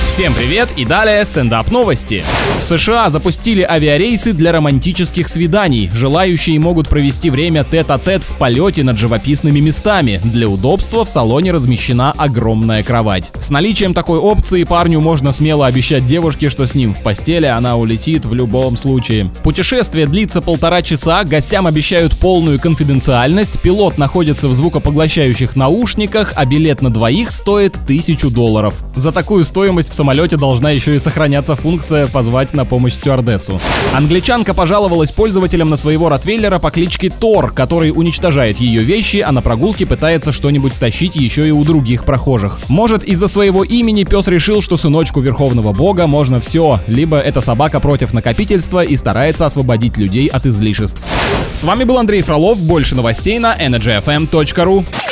Всем привет и далее стендап-новости. В США запустили авиарейсы для романтических свиданий. Желающие могут провести время тет-а-тет в полете над живописными местами. Для удобства в салоне размещена огромная кровать. С наличием такой опции парню можно смело обещать девушке, что с ним в постели она улетит в любом случае. Путешествие длится 1,5 часа, гостям обещают полную конфиденциальность, пилот находится в звукопоглощающих наушниках, а билет на двоих стоит $1000. За такую стоимость в самолете должна еще и сохраняться функция «позвать на помощь стюардессу». Англичанка пожаловалась пользователям на своего ротвейлера по кличке Тор, который уничтожает ее вещи, а на прогулке пытается что-нибудь стащить еще и у других прохожих. Может, из-за своего имени пес решил, что сыночку Верховного Бога можно все, либо эта собака против накопительства и старается освободить людей от излишеств. С вами был Андрей Фролов, больше новостей на energyfm.ru.